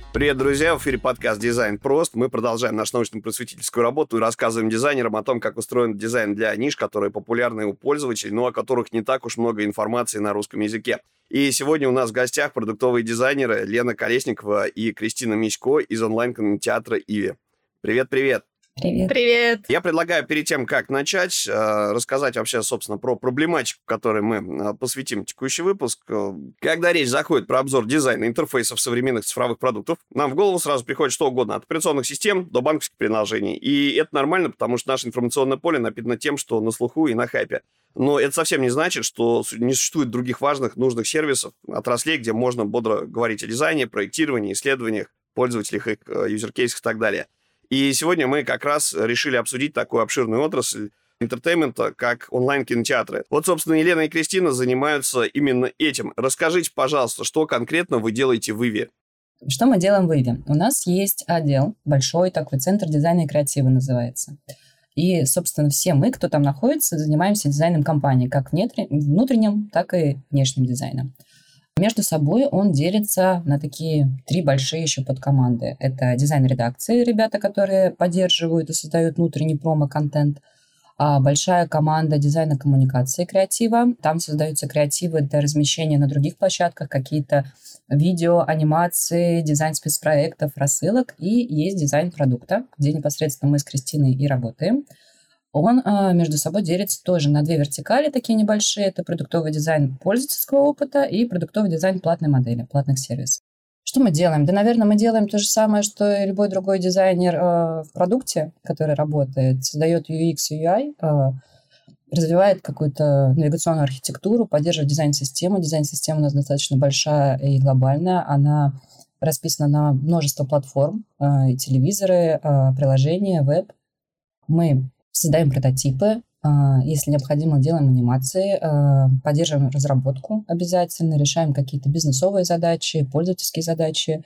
Привет, друзья! В эфире подкаст «Дизайн прост». Мы продолжаем нашу научно-просветительскую работу и рассказываем дизайнерам о том, как устроен дизайн для ниш, которые популярны у пользователей, но о которых не так уж много информации на русском языке. И сегодня у нас в гостях продуктовые дизайнеры Лена Колесникова и Кристина Мисько из онлайн-кинотеатра «Иви». Привет-привет! Привет. Привет. Я предлагаю перед тем, как начать, рассказать вообще, собственно, про проблематику, которой мы посвятим текущий выпуск. Когда речь заходит про обзор дизайна интерфейсов современных цифровых продуктов, нам в голову сразу приходит что угодно, от операционных систем до банковских приложений. И это нормально, потому что наше информационное поле напитано тем, что на слуху и на хайпе. Но это совсем не значит, что не существует других важных, нужных сервисов, отраслей, где можно бодро говорить о дизайне, проектировании, исследованиях, пользователях, их юзеркейсах и так далее. И сегодня мы как раз решили обсудить такую обширную отрасль интертеймента, как онлайн-кинотеатры. Вот, собственно, Елена и Кристина занимаются именно этим. Расскажите, пожалуйста, что конкретно вы делаете в Иви? Что мы делаем в Иви? У нас есть отдел, большой такой, центр дизайна и креатива называется. И, собственно, все мы, кто там находится, занимаемся дизайном компании, как внутренним, так и внешним дизайном. Между собой он делится на такие 3 большие еще подкоманды. Это дизайн-редакции, ребята, которые поддерживают и создают внутренний промо-контент. А большая команда дизайна коммуникации креатива. Там создаются креативы для размещения на других площадках, какие-то видео, анимации, дизайн спецпроектов, рассылок. И есть дизайн продукта, где непосредственно мы с Кристиной и работаем. Он между собой делится тоже на 2 вертикали, такие небольшие. Это продуктовый дизайн пользовательского опыта и продуктовый дизайн платной модели, платных сервисов. Что мы делаем? Да, наверное, мы делаем то же самое, что и любой другой дизайнер в продукте, который работает, создает UX и UI, развивает какую-то навигационную архитектуру, поддерживает дизайн-систему. Дизайн-система у нас достаточно большая и глобальная. Она расписана на множество платформ, и телевизоры, приложения, веб. Мы создаем прототипы, если необходимо, делаем анимации, поддерживаем разработку обязательно, решаем какие-то бизнесовые задачи, пользовательские задачи.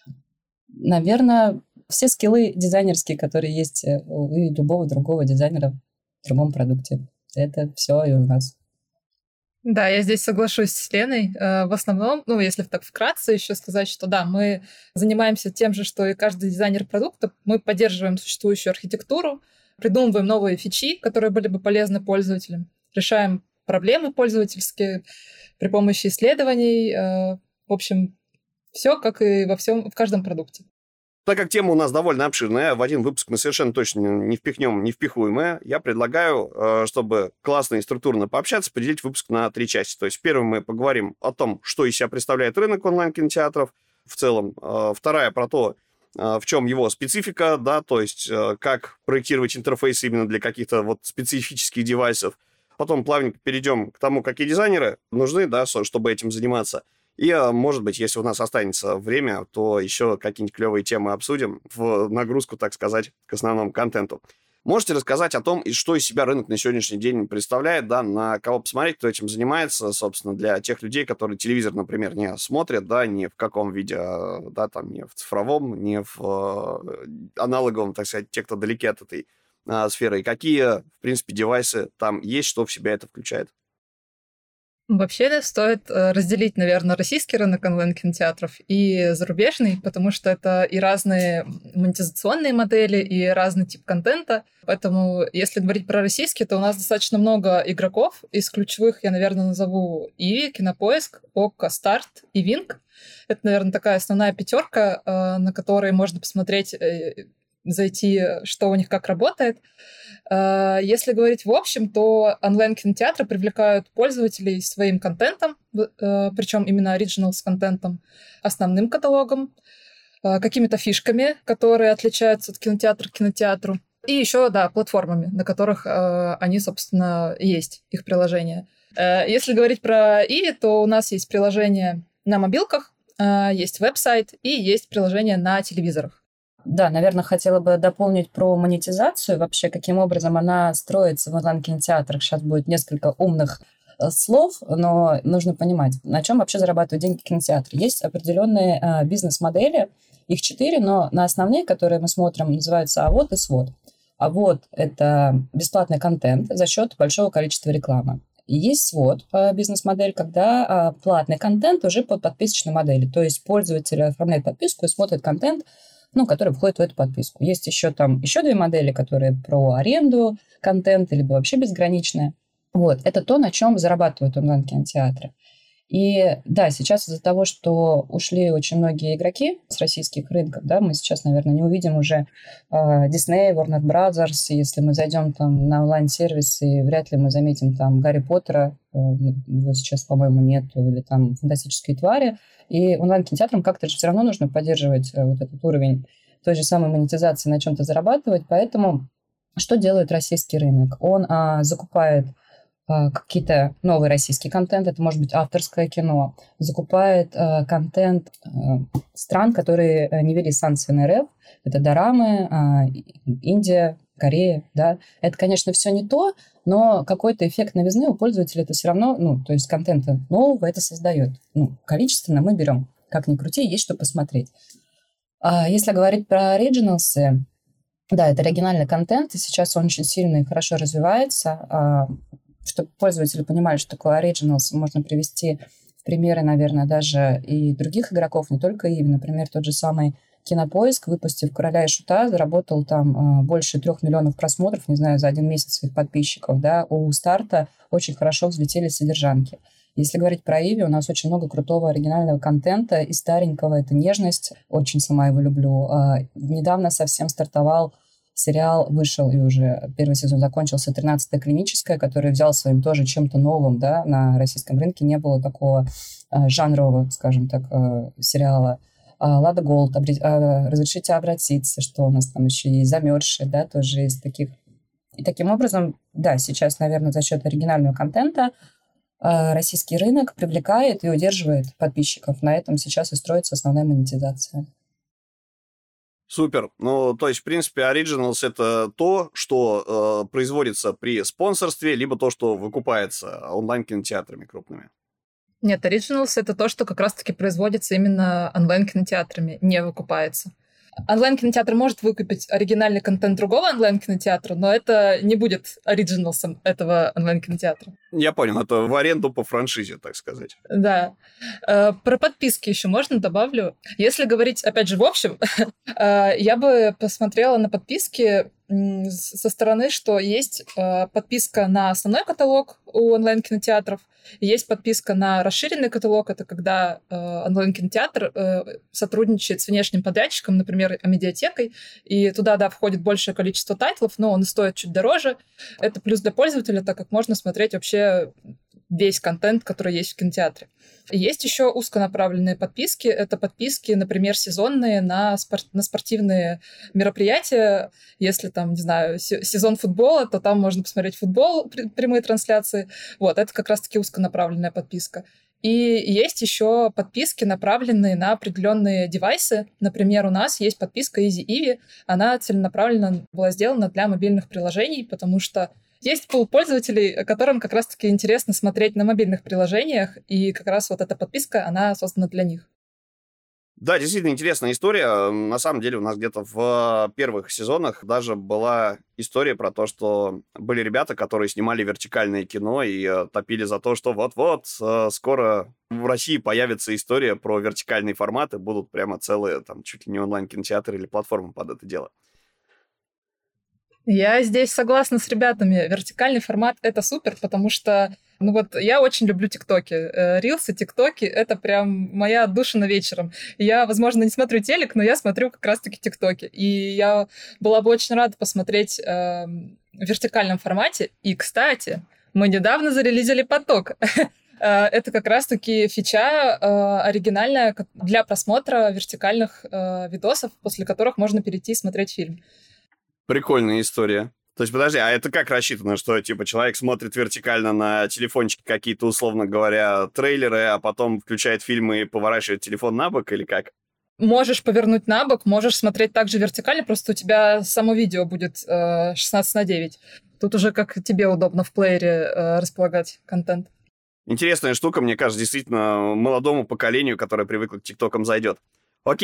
Наверное, все скиллы дизайнерские, которые есть у любого другого дизайнера в другом продукте. Это все и у нас. Да, я здесь соглашусь с Леной. В основном, если так вкратце еще сказать, что да, мы занимаемся тем же, что и каждый дизайнер продукта. Мы поддерживаем существующую архитектуру, придумываем новые фичи, которые были бы полезны пользователям, решаем проблемы пользовательские при помощи исследований. В общем, все как и в каждом продукте. Так как тема у нас довольно обширная, в один выпуск мы совершенно точно не впихнем невпихуемое, я предлагаю, чтобы классно и структурно пообщаться, поделить выпуск на 3 части. То есть в первом мы поговорим о том, что из себя представляет рынок онлайн-кинотеатров в целом. Вторая про то, в чем его специфика, да, то есть как проектировать интерфейсы именно для каких-то вот специфических девайсов. Потом плавненько перейдем к тому, какие дизайнеры нужны, да, чтобы этим заниматься. И, может быть, если у нас останется время, то еще какие-нибудь клевые темы обсудим в нагрузку, так сказать, к основному контенту. Можете рассказать о том, что из себя рынок на сегодняшний день представляет, да, на кого посмотреть, кто этим занимается, собственно, для тех людей, которые телевизор, например, не смотрят, да, ни в каком виде, да, там, не в цифровом, не в аналоговом, так сказать, те, кто далеки от этой сферы, и какие, в принципе, девайсы там есть, что в себя это включает. Вообще стоит разделить, наверное, российский рынок онлайн-кинотеатров и зарубежный, потому что это и разные монетизационные модели, и разный тип контента. Поэтому, если говорить про российский, то у нас достаточно много игроков. Из ключевых я, наверное, назову Иви, Кинопоиск, Окко, Старт и Винк. Это, наверное, такая основная 5, на которой можно посмотреть, зайти, что у них как работает. Если говорить в общем, то онлайн-кинотеатры привлекают пользователей своим контентом, причем именно оригинал с контентом, основным каталогом, какими-то фишками, которые отличаются от кинотеатра к кинотеатру, и еще, да, платформами, на которых они, собственно, есть, их приложения. Если говорить про Иви, то у нас есть приложение на мобилках, есть веб-сайт и есть приложение на телевизорах. Да, наверное, хотела бы дополнить про монетизацию, вообще, каким образом она строится в онлайн-кинотеатрах. Сейчас будет несколько умных слов, но нужно понимать, на чем вообще зарабатывают деньги кинотеатры. Есть определенные бизнес-модели, их 4, но на основные, которые мы смотрим, называются АВОД и СВОД. АВОД – это бесплатный контент за счет большого количества рекламы. И есть свод, бизнес-модель, когда платный контент уже под подписочной модели. То есть пользователь оформляет подписку и смотрит контент, который входит в эту подписку. Есть еще две модели, которые про аренду контента, либо вообще безграничная. Вот, это то, на чем зарабатывают онлайн-кинотеатры. И да, сейчас из-за того, что ушли очень многие игроки с российских рынков, да, мы сейчас, наверное, не увидим уже Disney, Warner Brothers. Если мы зайдем там на онлайн-сервисы, вряд ли мы заметим там Гарри Поттера, его сейчас, по-моему, нету, или там Фантастические твари. И онлайн-кинотеатрам как-то же все равно нужно поддерживать вот этот уровень той же самой монетизации, на чем-то зарабатывать. Поэтому что делает российский рынок? Он закупает какие-то новый российский контент, это может быть авторское кино, закупает контент стран, которые не ввели санкции на РФ, это дорамы, Индия, Корея, да. Это, конечно, все не то, но какой-то эффект новизны у пользователя это все равно, то есть контента нового это создает. Количественно мы берем, как ни крути, есть что посмотреть. Если говорить про оригиналсы, да, это оригинальный контент, и сейчас он очень сильно и хорошо развивается. Чтобы пользователи понимали, что такое Originals, можно привести в примеры, наверное, даже и других игроков, не только Иви. Например, тот же самый Кинопоиск, выпустив «Короля и Шута», заработал там больше 3 миллионов просмотров, не знаю, за один месяц своих подписчиков. Да? У старта очень хорошо взлетели содержанки. Если говорить про Иви, у нас очень много крутого оригинального контента и старенького. Это «Нежность», очень сама его люблю. Недавно совсем стартовал сериал, вышел и уже первый сезон закончился, «13-я клиническая», который взял своим тоже чем-то новым, да, на российском рынке не было такого жанрового, скажем так, сериала. «Лада Голд», «Разрешите обратиться», что у нас там еще есть, «Замерзшие», да, тоже из таких. И таким образом, да, сейчас, наверное, за счет оригинального контента российский рынок привлекает и удерживает подписчиков. На этом сейчас и строится основная монетизация. Супер. То есть, в принципе, Originals — это то, что производится при спонсорстве, либо то, что выкупается онлайн-кинотеатрами крупными. Нет, Originals — это то, что как раз-таки производится именно онлайн-кинотеатрами, не выкупается. Онлайн-кинотеатр может выкупить оригинальный контент другого онлайн-кинотеатра, но это не будет оригиналсом этого онлайн-кинотеатра. Я понял, это в аренду по франшизе, так сказать. Да. Про подписки еще можно добавлю. Если говорить, опять же, в общем, я бы посмотрела на подписки со стороны, что есть подписка на основной каталог у онлайн-кинотеатров, есть подписка на расширенный каталог. Это когда онлайн-кинотеатр сотрудничает с внешним подрядчиком, например, медиатекой, и туда, да, входит большее количество тайтлов, но он стоит чуть дороже. Это плюс для пользователя, так как можно смотреть вообще весь контент, который есть в кинотеатре. Есть еще узконаправленные подписки. Это подписки, например, сезонные на спортивные мероприятия. Если там, не знаю, сезон футбола, то там можно посмотреть футбол, прямые трансляции. Вот, это как раз-таки узконаправленная подписка. И есть еще подписки, направленные на определенные девайсы. Например, у нас есть подписка Easy Ivy. Она целенаправленно была сделана для мобильных приложений, потому что есть пул пользователей, которым как раз-таки интересно смотреть на мобильных приложениях, и как раз вот эта подписка, она создана для них. Да, действительно интересная история. На самом деле у нас где-то в первых сезонах даже была история про то, что были ребята, которые снимали вертикальное кино и топили за то, что вот-вот скоро в России появится история про вертикальные форматы, будут прямо целые там чуть ли не онлайн-кинотеатры или платформы под это дело. Я здесь согласна с ребятами. Вертикальный формат — это супер, потому что, я очень люблю тиктоки. Рилсы, тиктоки — это прям моя отдушина вечером. Я, возможно, не смотрю телек, но я смотрю как раз-таки тиктоки. И я была бы очень рада посмотреть в вертикальном формате. И, кстати, мы недавно зарелизили поток. Это как раз-таки фича оригинальная для просмотра вертикальных видосов, после которых можно перейти и смотреть фильм. Прикольная история. То есть, подожди, а это как рассчитано, что, человек смотрит вертикально на телефончике какие-то, условно говоря, трейлеры, а потом включает фильмы и поворачивает телефон на бок, или как? Можешь повернуть на бок, можешь смотреть также вертикально, просто у тебя само видео будет 16:9. Тут уже как тебе удобно в плеере располагать контент. Интересная штука, мне кажется, действительно молодому поколению, которое привыкло к тиктокам, зайдет. Окей.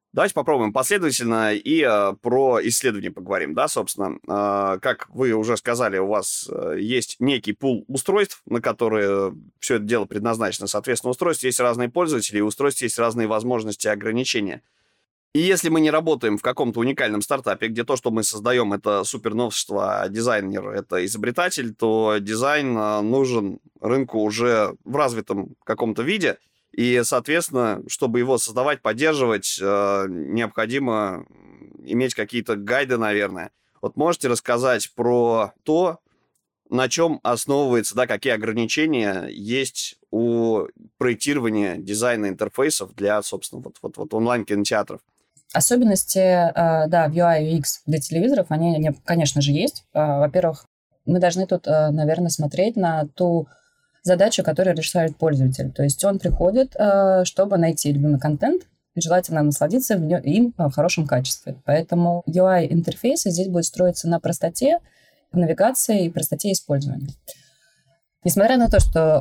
Давайте попробуем последовательно и про исследования поговорим, да, собственно. Как вы уже сказали, у вас есть некий пул устройств, на которые все это дело предназначено. Соответственно, у устройств есть разные пользователи, и у устройств есть разные возможности и ограничения. И если мы не работаем в каком-то уникальном стартапе, где то, что мы создаем, это супер новшество, а дизайнер — это изобретатель, то дизайн нужен рынку уже в развитом каком-то виде. И, соответственно, чтобы его создавать, поддерживать, необходимо иметь какие-то гайды, наверное. Вот можете рассказать про то, на чем основывается, да, какие ограничения есть у проектирования дизайна интерфейсов для, собственно, вот онлайн-кинотеатров? Особенности, да, в UI и UX для телевизоров, они, конечно же, есть. Во-первых, мы должны тут, наверное, смотреть на ту задачу, которую решает пользователь. То есть он приходит, чтобы найти любимый контент, и желательно насладиться им в хорошем качестве. Поэтому UI-интерфейс здесь будет строиться на простоте навигации и простоте использования. Несмотря на то, что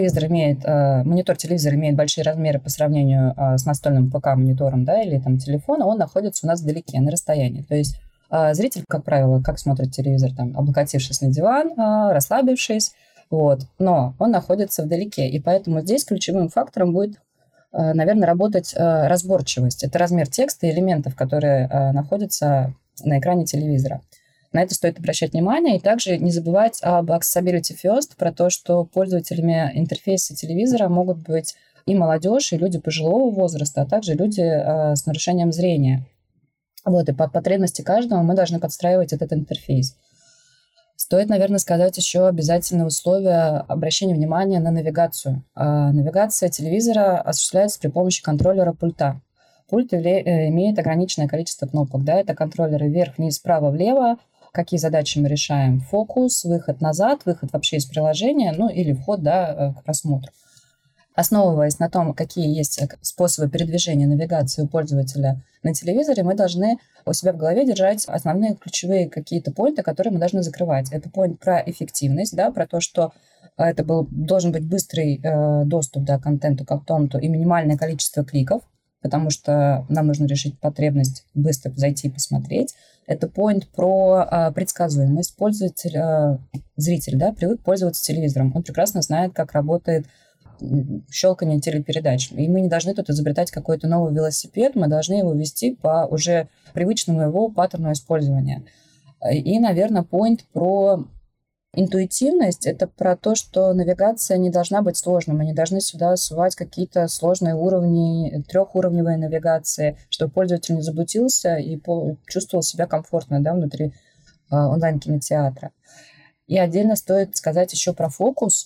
монитор телевизора имеет большие размеры по сравнению с настольным ПК-монитором, да, или там телефоном, он находится у нас вдалеке, на расстоянии. То есть зритель, как правило, как смотрит телевизор, там, облокотившись на диван, расслабившись, вот, но он находится вдалеке, и поэтому здесь ключевым фактором будет, наверное, работать разборчивость. Это размер текста и элементов, которые находятся на экране телевизора. На это стоит обращать внимание, и также не забывать об accessibility first, про то, что пользователями интерфейса телевизора могут быть и молодежь, и люди пожилого возраста, а также люди с нарушением зрения. Вот, и под потребности каждого мы должны подстраивать этот интерфейс. Стоит, наверное, сказать еще обязательное условие обращения внимания на навигацию. Навигация телевизора осуществляется при помощи контроллера пульта. Пульт имеет ограниченное количество кнопок. Да? Это контроллеры вверх, вниз, справа, влево. Какие задачи мы решаем? Фокус, выход назад, выход вообще из приложения, ну или вход, да, к просмотру. Основываясь на том, какие есть способы передвижения навигации у пользователя на телевизоре, мы должны у себя в голове держать основные ключевые какие-то поинты, которые мы должны закрывать. Это поинт про эффективность, да, про то, что должен быть быстрый доступ, да, к контенту, к контенту и минимальное количество кликов, потому что нам нужно решить потребность быстро зайти и посмотреть. Это поинт про предсказуемость. Зритель, да, привык пользоваться телевизором. Он прекрасно знает, как работает щелкание телепередач. И мы не должны тут изобретать какой-то новый велосипед, мы должны его вести по уже привычному его паттерну использования. И, наверное, поинт про интуитивность — это про то, что навигация не должна быть сложной. Мы не должны сюда сувать какие-то сложные уровни, трехуровневые навигации, чтобы пользователь не заблудился и чувствовал себя комфортно, да, внутри онлайн-кинотеатра. И отдельно стоит сказать еще про фокус.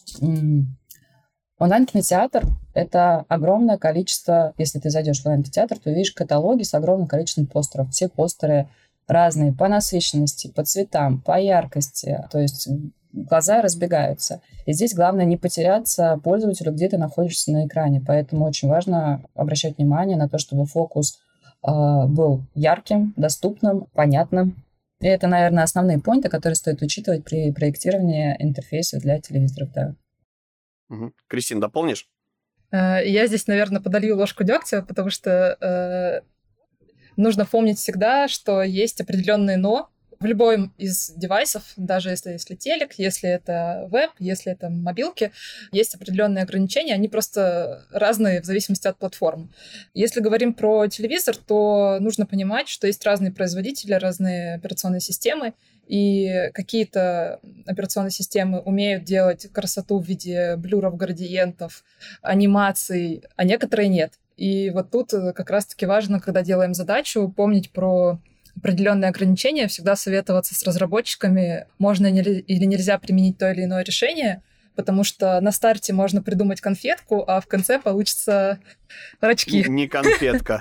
Онлайн-кинотеатр — это огромное количество, если ты зайдешь в онлайн-кинотеатр, то увидишь каталоги с огромным количеством постеров. Все постеры разные по насыщенности, по цветам, по яркости. То есть глаза разбегаются. И здесь главное не потеряться пользователю, где ты находишься на экране. Поэтому очень важно обращать внимание на то, чтобы фокус был ярким, доступным, понятным. И это, наверное, основные поинты, которые стоит учитывать при проектировании интерфейса для телевизоров. Да. Угу. Кристин, дополнишь? Я здесь, наверное, подолью ложку дегтя, потому что нужно помнить всегда, что есть определенные «но» в любом из девайсов, даже если телек, если это веб, если это мобилки, есть определенные ограничения, они просто разные в зависимости от платформ. Если говорим про телевизор, то нужно понимать, что есть разные производители, разные операционные системы, и какие-то операционные системы умеют делать красоту в виде блюров, градиентов, анимаций, а некоторые нет. И вот тут как раз-таки важно, когда делаем задачу, помнить про определенные ограничения, всегда советоваться с разработчиками, можно или нельзя применить то или иное решение, потому что на старте можно придумать конфетку, а в конце получится рачки. Не конфетка.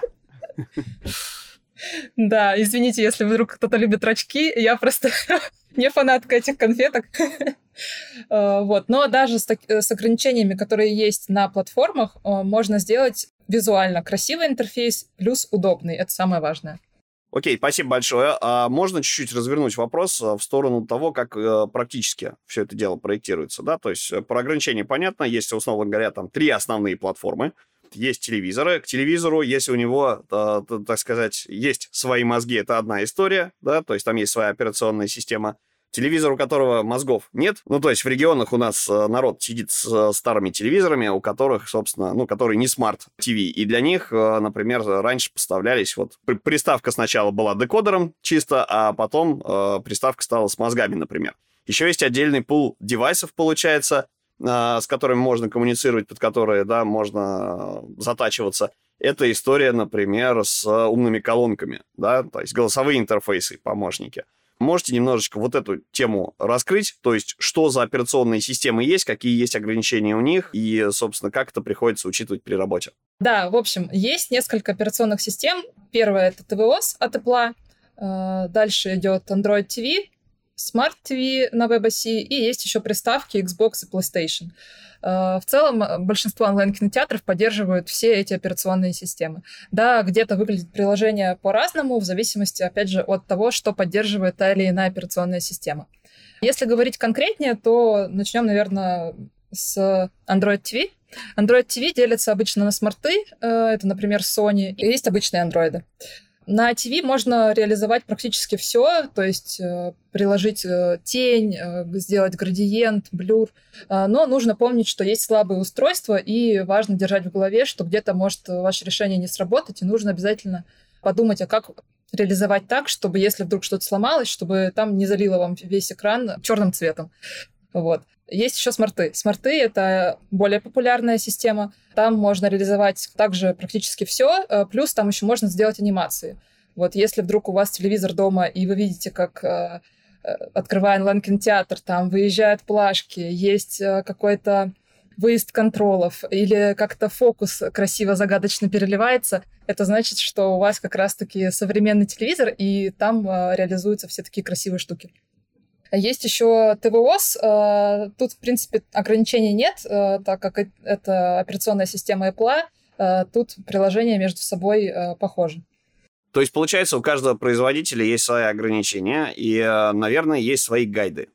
Да, извините, если вдруг кто-то любит рачки, я просто не фанатка этих конфеток. Вот. Но даже с ограничениями, которые есть на платформах, можно сделать визуально красивый интерфейс плюс удобный. Это самое важное. Окей, спасибо большое. А можно чуть-чуть развернуть вопрос в сторону того, как практически все это дело проектируется, да? То есть про ограничения понятно, есть, условно говоря, там 3 основные платформы. вот есть телевизоры. К телевизору, если у него, так сказать, есть свои мозги, это одна история, да, то есть там есть своя операционная система. Телевизор, у которого мозгов нет. Ну, то есть в регионах у нас народ сидит с старыми телевизорами, у которых, собственно, ну, которые не смарт-ТВ. И для них, например, раньше поставлялись... Вот приставка сначала была декодером чисто, а потом приставка стала с мозгами, например. Еще есть отдельный пул девайсов, получается, с которыми можно коммуницировать, под которые, да, можно затачиваться. Это история, например, с умными колонками, да, то есть голосовые интерфейсы, помощники. Можете немножечко вот эту тему раскрыть, то есть что за операционные системы есть, какие есть ограничения у них и, собственно, как это приходится учитывать при работе? Да, в общем, есть несколько операционных систем. Первая — это tvOS от Apple, дальше идет Android TV, Smart TV на WebOS, и есть еще приставки Xbox и PlayStation. В целом, большинство онлайн-кинотеатров поддерживают все эти операционные системы. Да, где-то выглядит приложение по-разному, в зависимости, опять же, от того, что поддерживает та или иная операционная система. Если говорить конкретнее, то начнем, наверное, с Android TV. Android TV делится обычно на смарты, это, например, Sony, и есть обычные андроиды. На TV можно реализовать практически все, то есть приложить тень, сделать градиент, блюр, но нужно помнить, что есть слабые устройства, и важно держать в голове, что где-то может ваше решение не сработать, и нужно обязательно подумать, а как реализовать так, чтобы если вдруг что-то сломалось, чтобы там не залило вам весь экран черным цветом. Вот. Есть еще смарты. Смарты — это более популярная система. Там можно реализовать также практически все, плюс там еще можно сделать анимации. Вот если вдруг у вас телевизор дома, и вы видите, как, открывая онлайн-кинотеатр, там выезжают плашки, есть какой-то выезд контролов, или как-то фокус красиво, загадочно переливается, это значит, что у вас как раз-таки современный телевизор, и там реализуются все такие красивые штуки. Есть еще tvOS. Тут, в принципе, ограничений нет, так как это операционная система Apple. Тут приложения между собой похожи. То есть, получается, у каждого производителя есть свои ограничения и, наверное, есть свои гайды.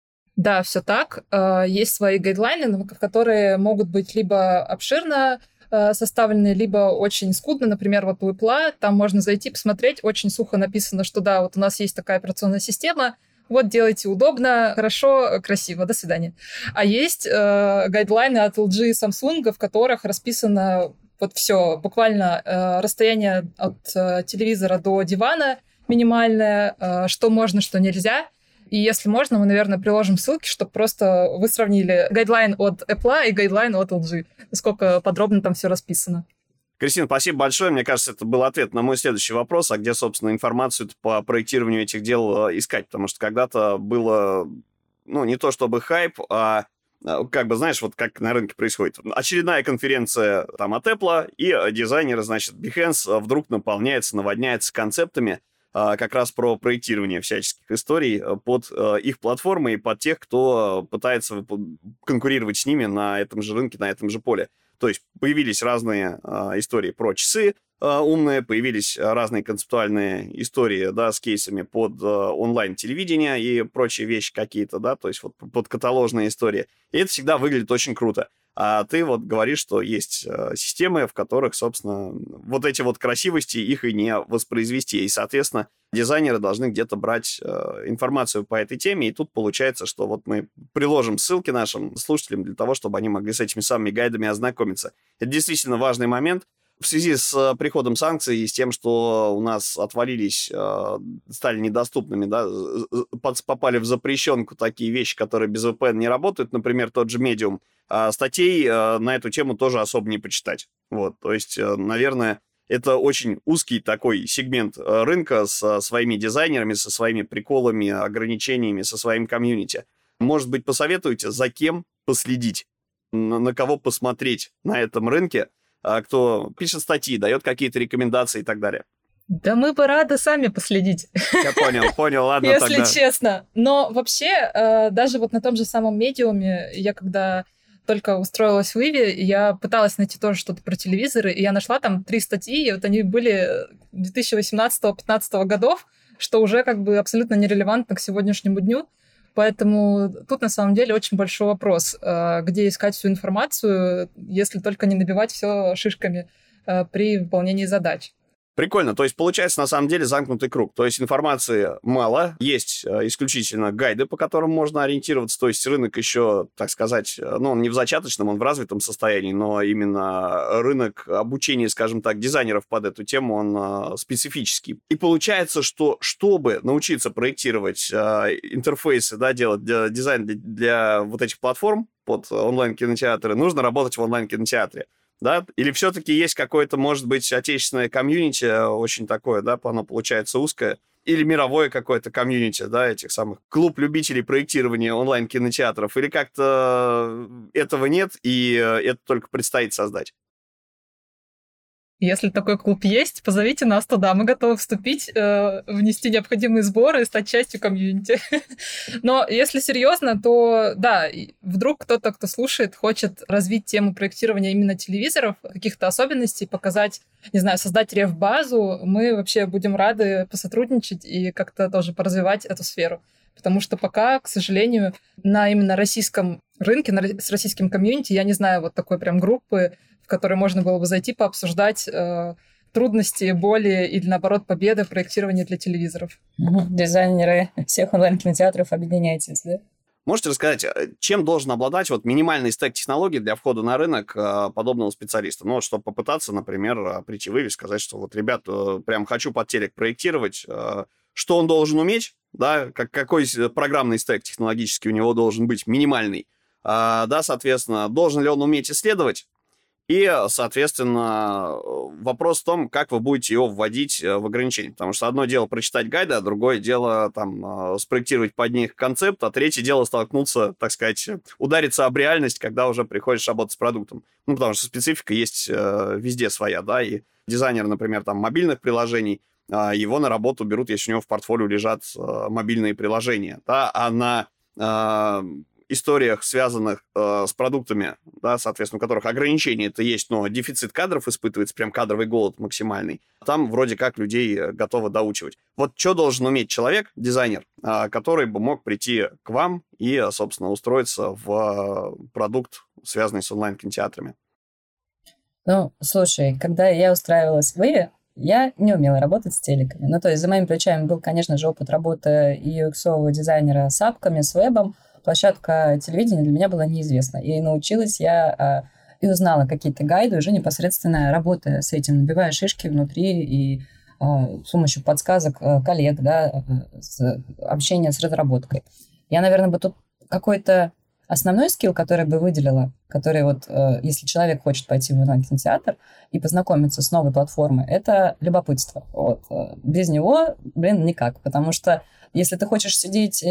Да, все так. Есть свои гайдлайны, которые могут быть либо обширно составлены, либо очень скудно. Например, вот у Apple там можно зайти, посмотреть, очень сухо написано, что да, вот у нас есть такая операционная система, вот делайте удобно, хорошо, красиво, до свидания. А есть гайдлайны от LG и Samsung, в которых расписано вот все, буквально расстояние от телевизора до дивана минимальное, что можно, что нельзя. И если можно, мы, наверное, приложим ссылки, чтобы просто вы сравнили гайдлайн от Apple и гайдлайн от LG, насколько подробно там все расписано. Кристина, спасибо большое. Мне кажется, это был ответ на мой следующий вопрос, а где, собственно, информацию по проектированию этих дел искать? Потому что когда-то было, ну, не то чтобы хайп, а как бы, знаешь, вот как на рынке происходит. Очередная конференция там от Apple, и дизайнеры, значит, Behance вдруг наполняется, наводняется концептами как раз про проектирование всяческих историй под их платформы и под тех, кто пытается конкурировать с ними на этом же рынке, на этом же поле. То есть появились разные истории про часы умные, появились разные концептуальные истории, да, с кейсами под онлайн-телевидение и прочие вещи какие-то, да, то есть вот под каталожные истории. И это всегда выглядит очень круто. А ты вот говоришь, что есть системы, в которых, собственно, вот эти вот красивости, их и не воспроизвести. И, соответственно, дизайнеры должны где-то брать информацию по этой теме. И тут получается, что вот мы приложим ссылки нашим слушателям для того, чтобы они могли с этими самыми гайдами ознакомиться. Это действительно важный момент. В связи с приходом санкций и с тем, что у нас отвалились, стали недоступными, да, попали в запрещенку такие вещи, которые без VPN не работают, например, тот же Medium, статей на эту тему тоже особо не почитать. Вот, то есть, наверное, это очень узкий такой сегмент рынка со своими дизайнерами, со своими приколами, ограничениями, со своим комьюнити. Может быть, посоветуете, за кем последить, на кого посмотреть на этом рынке, кто пишет статьи, дает какие-то рекомендации и так далее. Да мы бы рады сами последить. Я понял, ладно если тогда. Если честно. Но вообще, даже вот на том же самом медиуме, я когда только устроилась в Иве, я пыталась найти тоже что-то про телевизоры, и я нашла там 3 статьи, и вот они были 2018-2015 годов, что уже как бы абсолютно нерелевантно к сегодняшнему дню. Поэтому тут на самом деле очень большой вопрос, где искать всю информацию, если только не набивать все шишками при выполнении задач. Прикольно. То есть, получается, на самом деле, замкнутый круг. То есть, информации мало, есть исключительно гайды, по которым можно ориентироваться. То есть, рынок еще, так сказать, ну, он не в зачаточном, он в развитом состоянии, но именно рынок обучения, скажем так, дизайнеров под эту тему, он специфический. И получается, что чтобы научиться проектировать интерфейсы, да, делать дизайн для вот этих платформ под онлайн-кинотеатры, нужно работать в онлайн-кинотеатре. Да? Или все-таки есть какое-то, может быть, отечественное комьюнити, очень такое, да, оно получается узкое, или мировое какое-то комьюнити, да, этих самых клуб любителей проектирования онлайн-кинотеатров, или как-то этого нет, и это только предстоит создать. Если такой клуб есть, позовите нас туда. Мы готовы вступить, внести необходимые сборы и стать частью комьюнити. Но если серьезно, то да, вдруг кто-то, кто слушает, хочет развить тему проектирования именно телевизоров, каких-то особенностей, показать, не знаю, создать реф-базу, мы вообще будем рады посотрудничать и как-то тоже поразвивать эту сферу. Потому что пока, к сожалению, на именно российском рынке, с российским комьюнити, я не знаю вот такой прям группы, в которой можно было бы зайти пообсуждать трудности, боли или, наоборот, победы в проектировании для телевизоров. Дизайнеры всех онлайн-кинотеатров, объединяйтесь, да? Можете рассказать, чем должен обладать вот минимальный стек технологий для входа на рынок подобного специалиста? Ну, чтобы попытаться, например, прийти в Иви и сказать, что вот, ребят, прям хочу под телек проектировать, что он должен уметь, да, какой программный стек технологический у него должен быть минимальный, да, соответственно, должен ли он уметь исследовать, и, соответственно, вопрос в том, как вы будете его вводить в ограничения. Потому что одно дело прочитать гайды, а другое дело там спроектировать под них концепт, а третье дело столкнуться, так сказать, удариться об реальность, когда уже приходишь работать с продуктом. Ну, потому что специфика есть везде своя, да, и дизайнер, например, там, мобильных приложений, его на работу берут, если у него в портфолио лежат мобильные приложения, да, а на историях, связанных с продуктами, да, соответственно, у которых ограничения-то есть, но дефицит кадров испытывается, прям кадровый голод максимальный, там вроде как людей готовы доучивать. Вот что должен уметь человек, дизайнер, который бы мог прийти к вам и, собственно, устроиться в продукт, связанный с онлайн-кинотеатрами? Ну, слушай, когда я устраивалась в Иви, я не умела работать с телеками. Ну, то есть за моими плечами был, конечно же, опыт работы и UX-ового дизайнера с апками, с вебом. Площадка телевидения для меня была неизвестна. И научилась я и узнала какие-то гайды, уже непосредственно работая с этим, набивая шишки внутри и с помощью подсказок коллег, да, общения с разработкой. Я, наверное, бы тут какой-то основной скилл, который бы выделила, который вот, если человек хочет пойти в онлайн-кинотеатр и познакомиться с новой платформой, это любопытство. Вот. Без него, никак. Потому что если ты хочешь сидеть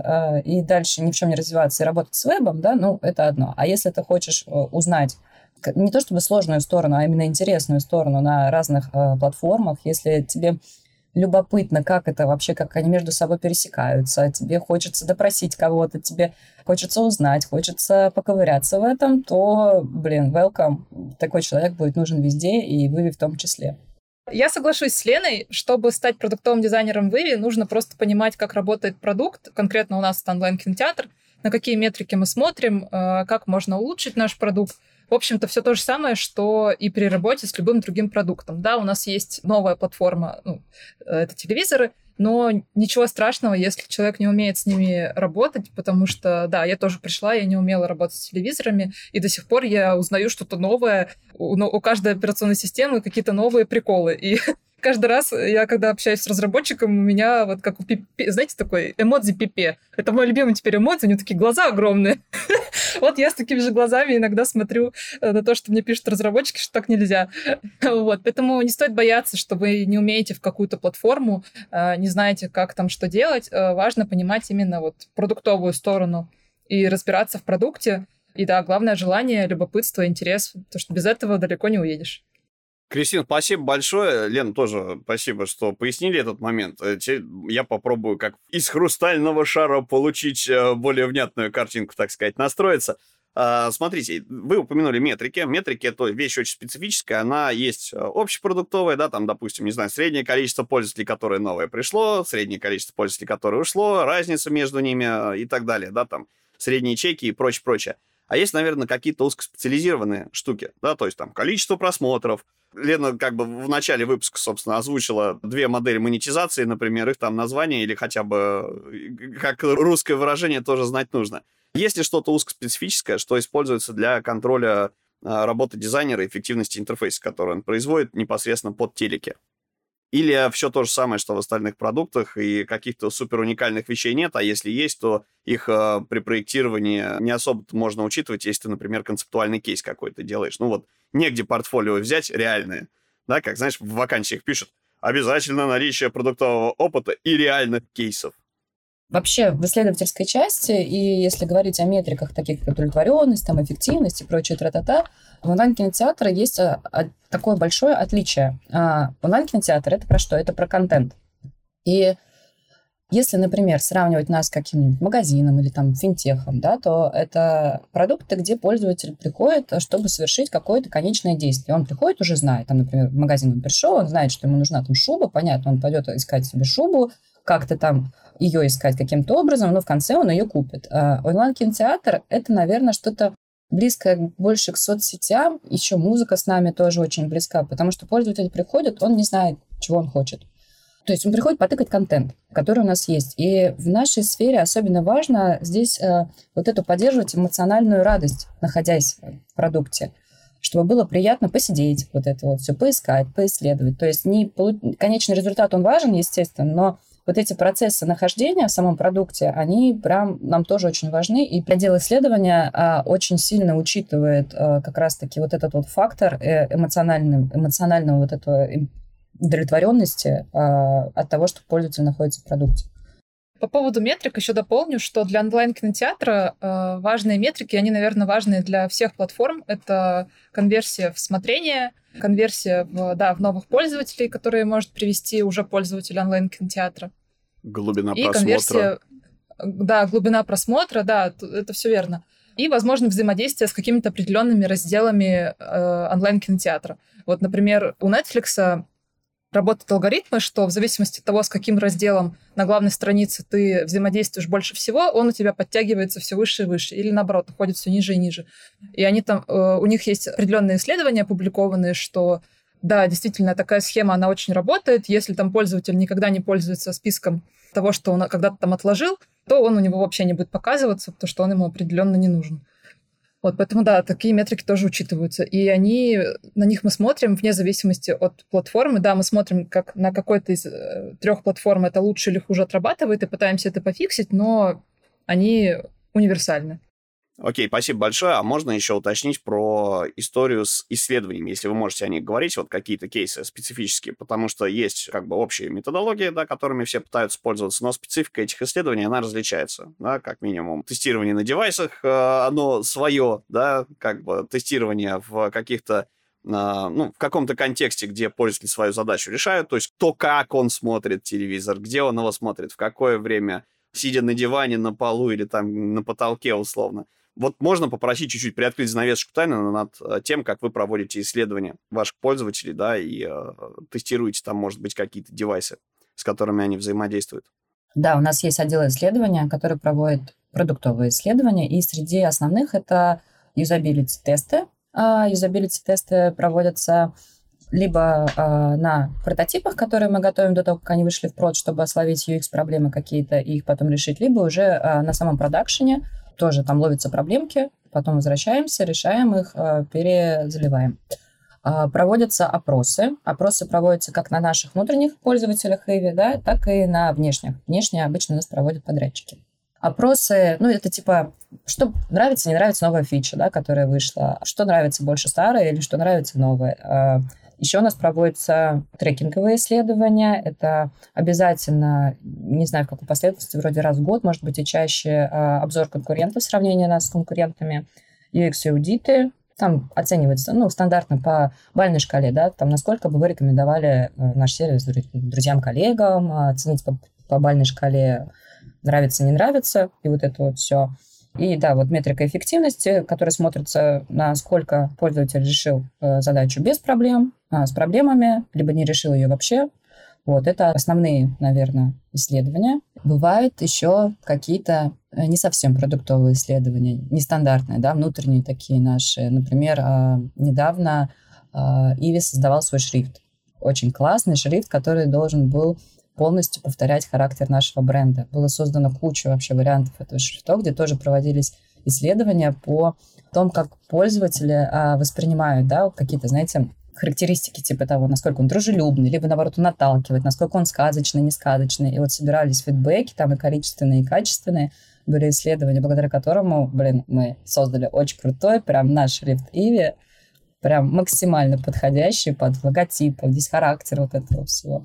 и дальше ни в чем не развиваться и работать с вебом, да, ну, это одно. А если ты хочешь узнать не то чтобы сложную сторону, а именно интересную сторону на разных платформах, если тебе любопытно, как это вообще, как они между собой пересекаются, тебе хочется допросить кого-то, тебе хочется узнать, хочется поковыряться в этом, то, welcome. Такой человек будет нужен везде, и в Иви в том числе. Я соглашусь с Леной, чтобы стать продуктовым дизайнером в Иви, нужно просто понимать, как работает продукт. Конкретно у нас это онлайн-кинотеатр, на какие метрики мы смотрим, как можно улучшить наш продукт. В общем-то, все то же самое, что и при работе с любым другим продуктом. Да, у нас есть новая платформа, это телевизоры, но ничего страшного, если человек не умеет с ними работать, потому что, да, я тоже пришла, я не умела работать с телевизорами, и до сих пор я узнаю что-то новое. У каждой операционной системы какие-то новые приколы. И каждый раз я, когда общаюсь с разработчиком, у меня вот как у Пипе, знаете, такой эмодзи Пипе. Это мой любимый теперь эмодзи, у него такие глаза огромные. Вот я с такими же глазами иногда смотрю на то, что мне пишут разработчики, что так нельзя. Вот. Поэтому не стоит бояться, что вы не умеете в какую-то платформу, не знаете, как там что делать. Важно понимать именно вот продуктовую сторону и разбираться в продукте. И да, главное желание, любопытство, интерес, потому что без этого далеко не уедешь. Кристина, спасибо большое. Лен, тоже спасибо, что пояснили этот момент. Теперь я попробую как из хрустального шара получить более внятную картинку, так сказать, настроиться. Смотрите, вы упомянули метрики. Метрики — это вещь очень специфическая. Она есть общепродуктовая, да, там, допустим, не знаю, среднее количество пользователей, которое новое пришло, среднее количество пользователей, которое ушло, разница между ними и так далее, да, там, средние чеки и прочее, прочее. А есть, наверное, какие-то узкоспециализированные штуки, да, то есть там количество просмотров. Лена как бы в начале выпуска, собственно, озвучила 2 модели монетизации, например, их там название или хотя бы как русское выражение тоже знать нужно. Есть ли что-то узкоспецифическое, что используется для контроля работы дизайнера и эффективности интерфейса, который он производит непосредственно под телеки? Или все то же самое, что в остальных продуктах, и каких-то супер уникальных вещей нет, а если есть, то их при проектировании не особо можно учитывать, если ты, например, концептуальный кейс какой-то делаешь. Ну вот, негде портфолио взять реальное, да, как, знаешь, в вакансиях пишут, обязательно наличие продуктового опыта и реальных кейсов. Вообще, в исследовательской части, и если говорить о метриках, таких как удовлетворенность, там, эффективность и прочее тра-та-та, в онлайн-кинотеатре есть такое большое отличие. Онлайн-кинотеатр — это про что? Это про контент. И если, например, сравнивать нас с каким-нибудь магазином или там финтехом, да, то это продукты, где пользователь приходит, чтобы совершить какое-то конечное действие. Он приходит, уже знает, там, например, в магазин он пришел, он знает, что ему нужна там шуба, понятно, он пойдет искать себе шубу, как-то там ее искать каким-то образом, но в конце он ее купит. Онлайн-кинотеатр — это, наверное, что-то близкое больше к соцсетям. Еще музыка с нами тоже очень близка, потому что пользователь приходит, он не знает, чего он хочет. То есть он приходит потыкать контент, который у нас есть. И в нашей сфере особенно важно здесь вот эту поддерживать эмоциональную радость, находясь в продукте, чтобы было приятно посидеть, вот это вот все, поискать, поисследовать. То есть конечный результат, он важен, естественно, но вот эти процессы нахождения в самом продукте, они прям нам тоже очень важны. И отдел исследования очень сильно учитывает как раз-таки вот этот вот фактор эмоционального вот этого удовлетворенности от того, что пользователь находится в продукте. По поводу метрик еще дополню, что для онлайн-кинотеатра важные метрики, они, наверное, важны для всех платформ. Это конверсия в смотрение, конверсия в новых пользователей, которые может привести уже пользователь онлайн-кинотеатра. Глубина и просмотра. Конверсия, да, глубина просмотра, да, это все верно. И, возможно, взаимодействие с какими-то определенными разделами онлайн-кинотеатра. Вот, например, у Netflix работают алгоритмы, что в зависимости от того, с каким разделом на главной странице ты взаимодействуешь больше всего, он у тебя подтягивается все выше и выше, или наоборот, уходит все ниже и ниже. И они там, у них есть определенные исследования опубликованные, что да, действительно, такая схема, она очень работает. Если там пользователь никогда не пользуется списком того, что он когда-то там отложил, то он у него вообще не будет показываться, потому что он ему определенно не нужен. Вот, поэтому, да, такие метрики тоже учитываются. И на них мы смотрим вне зависимости от платформы. Да, мы смотрим, как на какой-то из 3 платформ это лучше или хуже отрабатывает, и пытаемся это пофиксить, но они универсальны. Окей, спасибо большое. А можно еще уточнить про историю с исследованиями, если вы можете о них говорить, вот какие-то кейсы специфические, потому что есть как бы общие методологии, да, которыми все пытаются пользоваться, но специфика этих исследований, она различается, да, как минимум. Тестирование на девайсах, оно свое, да, как бы тестирование в каких-то в каком-то контексте, где пользователи свою задачу решают, то есть то, как он смотрит телевизор, где он его смотрит, в какое время, сидя на диване, на полу или там на потолке условно. Вот можно попросить чуть-чуть приоткрыть занавесочку тайны над тем, как вы проводите исследования ваших пользователей, да, и тестируете там, может быть, какие-то девайсы, с которыми они взаимодействуют. Да, у нас есть отдел исследования, который проводит продуктовые исследования, и среди основных это юзабилити-тесты. Юзабилити-тесты проводятся либо на прототипах, которые мы готовим до того, как они вышли в прод, чтобы словить UX-проблемы какие-то и их потом решить, либо уже на самом продакшене, тоже там ловятся проблемки, потом возвращаемся, решаем их, перезаливаем. Проводятся опросы. Опросы проводятся как на наших внутренних пользователях Иви, да, так и на внешних. Внешние обычно у нас проводят подрядчики. Опросы, это типа, что нравится, не нравится новая фича, да, которая вышла, что нравится больше старое или что нравится новое. Еще у нас проводятся трекинговые исследования. Это обязательно, не знаю, в какой последовательности, вроде раз в год, может быть, и чаще, обзор конкурентов, сравнение нас с конкурентами, UX-аудиты. Там оценивается, стандартно по бальной шкале, да, там насколько бы вы рекомендовали наш сервис друзьям, коллегам, оценить по бальной шкале нравится, не нравится, и вот это вот все. И да, вот метрика эффективности, которая смотрится, насколько пользователь решил задачу без проблем, с проблемами, либо не решил ее вообще. Вот, это основные, наверное, исследования. Бывают еще какие-то не совсем продуктовые исследования, нестандартные, да, внутренние такие наши. Например, недавно Иви создавал свой шрифт. Очень классный шрифт, который должен был полностью повторять характер нашего бренда. Было создано куча вообще вариантов этого шрифта, где тоже проводились исследования по тому, как пользователи воспринимают, да, какие-то, знаете, характеристики типа того, насколько он дружелюбный, либо, наоборот, он отталкивает, насколько он сказочный, несказочный. И вот собирались фидбэки, там и количественные, и качественные. Были исследования, благодаря которому, мы создали очень крутой, прям наш шрифт Иви, прям максимально подходящий под логотип, здесь характер вот этого всего.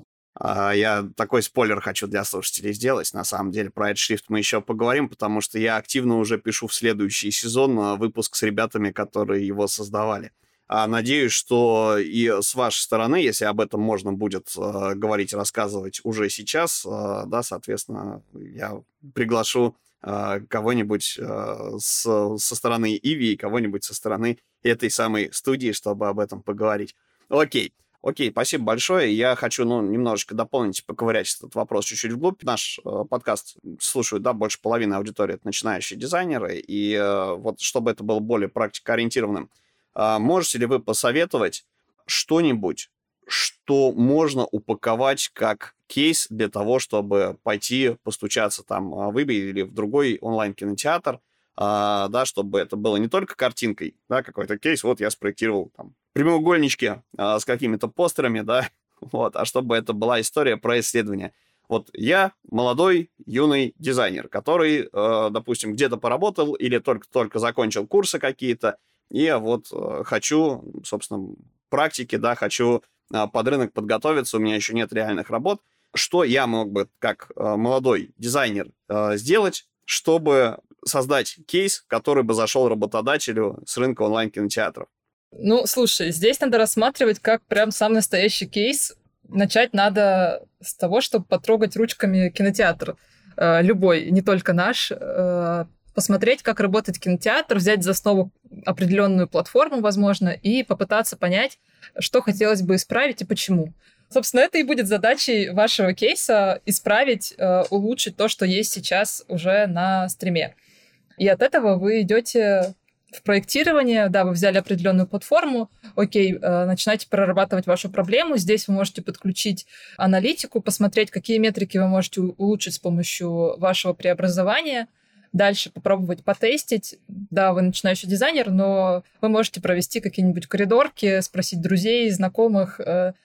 Я такой спойлер хочу для слушателей сделать. На самом деле про этот шрифт мы еще поговорим, потому что я активно уже пишу в следующий сезон выпуск с ребятами, которые его создавали. Надеюсь, что и с вашей стороны, если об этом можно будет говорить, рассказывать уже сейчас, да, соответственно, я приглашу кого-нибудь со стороны Иви и кого-нибудь со стороны этой самой студии, чтобы об этом поговорить. Окей, спасибо большое. Я хочу, немножечко дополнить, поковырять этот вопрос чуть-чуть вглубь. Наш подкаст слушают, да, больше половины аудитории — это начинающие дизайнеры. И вот чтобы это было более практикоориентированным, можете ли вы посоветовать что-нибудь, что можно упаковать как кейс для того, чтобы пойти постучаться там в Иви или в другой онлайн-кинотеатр, да, чтобы это было не только картинкой, да, какой-то кейс, вот я спроектировал там прямоугольнички с какими-то постерами, да, вот, а чтобы это была история про исследование. Вот я молодой, юный дизайнер, который, допустим, где-то поработал или только закончил курсы какие-то, и вот хочу, собственно, практики, да, хочу под рынок подготовиться, у меня еще нет реальных работ. Что я мог бы, как молодой дизайнер, сделать, чтобы создать кейс, который бы зашел работодателю с рынка онлайн-кинотеатров? Слушай, здесь надо рассматривать как прям сам настоящий кейс. Начать надо с того, чтобы потрогать ручками кинотеатр. Любой, не только наш. Посмотреть, как работает кинотеатр, взять за основу определенную платформу, возможно, и попытаться понять, что хотелось бы исправить и почему. Собственно, это и будет задачей вашего кейса — исправить, улучшить то, что есть сейчас уже на стриме. И от этого вы идете в проектирование, да, вы взяли определенную платформу, окей, начинаете прорабатывать вашу проблему. Здесь вы можете подключить аналитику, посмотреть, какие метрики вы можете улучшить с помощью вашего преобразования. Дальше попробовать потестить. Да, вы начинающий дизайнер, но вы можете провести какие-нибудь коридорки, спросить друзей, знакомых,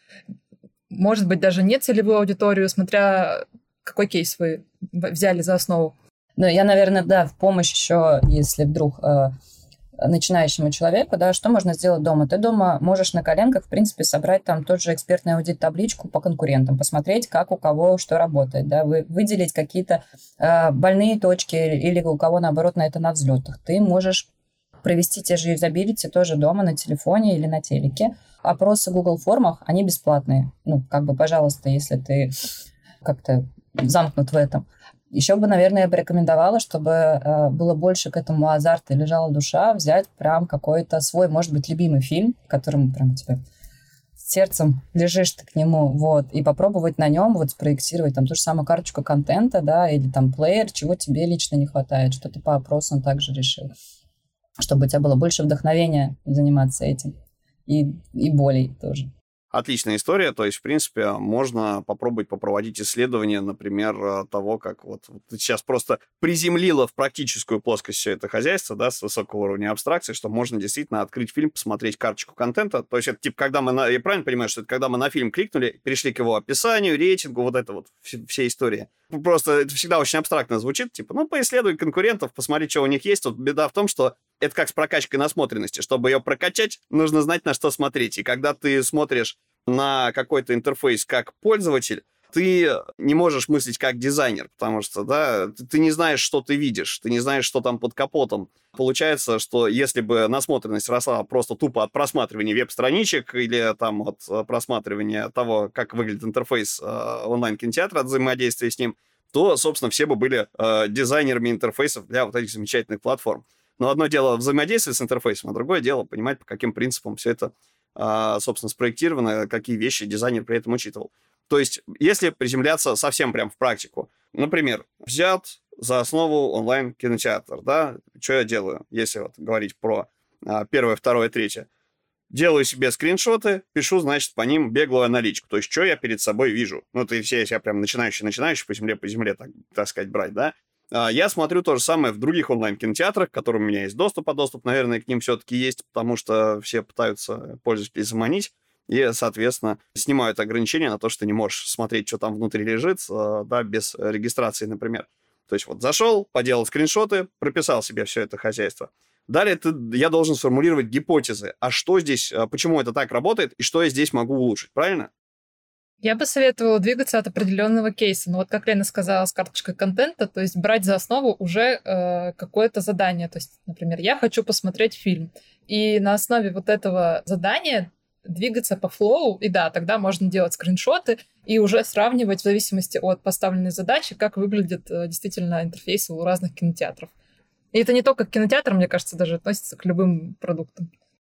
может быть, даже не целевую аудиторию, смотря какой кейс вы взяли за основу. Я, наверное, да, в помощь еще, если вдруг начинающему человеку, да, что можно сделать дома? Ты дома можешь на коленках, в принципе, собрать там тот же экспертный аудит, табличку по конкурентам, посмотреть, как у кого что работает, да, выделить какие-то больные точки или у кого, наоборот, на это на взлетах. Ты можешь провести те же юзабилити тоже дома на телефоне или на телеке. Опросы в Google формах, они бесплатные. Пожалуйста, если ты как-то замкнут в этом. Еще бы, наверное, я бы рекомендовала, чтобы было больше к этому азарта и лежала душа, взять прям какой-то свой, может быть, любимый фильм, которым прям тебе сердцем лежишь ты к нему, вот, и попробовать на нем вот спроектировать там ту же самую карточку контента, да, или там плеер, чего тебе лично не хватает, что ты по опросам также решил, чтобы у тебя было больше вдохновения заниматься этим и болей тоже. Отличная история, то есть, в принципе, можно попробовать попроводить исследования, например, того, как вот ты сейчас просто приземлила в практическую плоскость все это хозяйство, да, с высокого уровня абстракции, что можно действительно открыть фильм, посмотреть карточку контента, то есть это типа, когда я правильно понимаю, что это когда мы на фильм кликнули, перешли к его описанию, рейтингу, вот это вот, все истории. Просто это всегда очень абстрактно звучит, типа, поисследуй конкурентов, посмотри, что у них есть. Вот беда в том, что это как с прокачкой насмотренности. Чтобы ее прокачать, нужно знать, на что смотреть. И когда ты смотришь на какой-то интерфейс как пользователь, ты не можешь мыслить как дизайнер, потому что, да, ты не знаешь, что ты видишь, ты не знаешь, что там под капотом. Получается, что если бы насмотренность росла просто тупо от просматривания веб-страничек или там от просматривания того, как выглядит интерфейс онлайн-кинотеатра, от взаимодействия с ним, то, собственно, все бы были дизайнерами интерфейсов для вот этих замечательных платформ. Но одно дело взаимодействовать с интерфейсом, а другое дело понимать, по каким принципам все это, собственно, спроектировано, какие вещи дизайнер при этом учитывал. То есть, если приземляться совсем прям в практику, например, взят за основу онлайн-кинотеатр, да, что я делаю, если вот говорить про первое, второе, третье. Делаю себе скриншоты, пишу, значит, по ним беглую аналитику. То есть, что я перед собой вижу. Ну, это все, я прям начинающий по земле, так сказать, брать, да. Я смотрю то же самое в других онлайн-кинотеатрах, к которым у меня есть доступ, а доступ, наверное, к ним все-таки есть, потому что все пытаются пользователей заманить и, соответственно, снимают ограничения на то, что ты не можешь смотреть, что там внутри лежит, да, без регистрации, например. То есть, вот зашел, поделал скриншоты, прописал себе все это хозяйство. Далее я должен сформулировать гипотезы. А что здесь, почему это так работает, и что я здесь могу улучшить, правильно? Я бы советовала двигаться от определенного кейса. Ну вот как Лена сказала, с карточкой контента, то есть брать за основу уже какое-то задание. То есть, например, я хочу посмотреть фильм. И на основе вот этого задания двигаться по флоу, и да, тогда можно делать скриншоты и уже сравнивать в зависимости от поставленной задачи, как выглядит действительно интерфейс у разных кинотеатров. И это не только к кинотеатрам, мне кажется, даже относится к любым продуктам.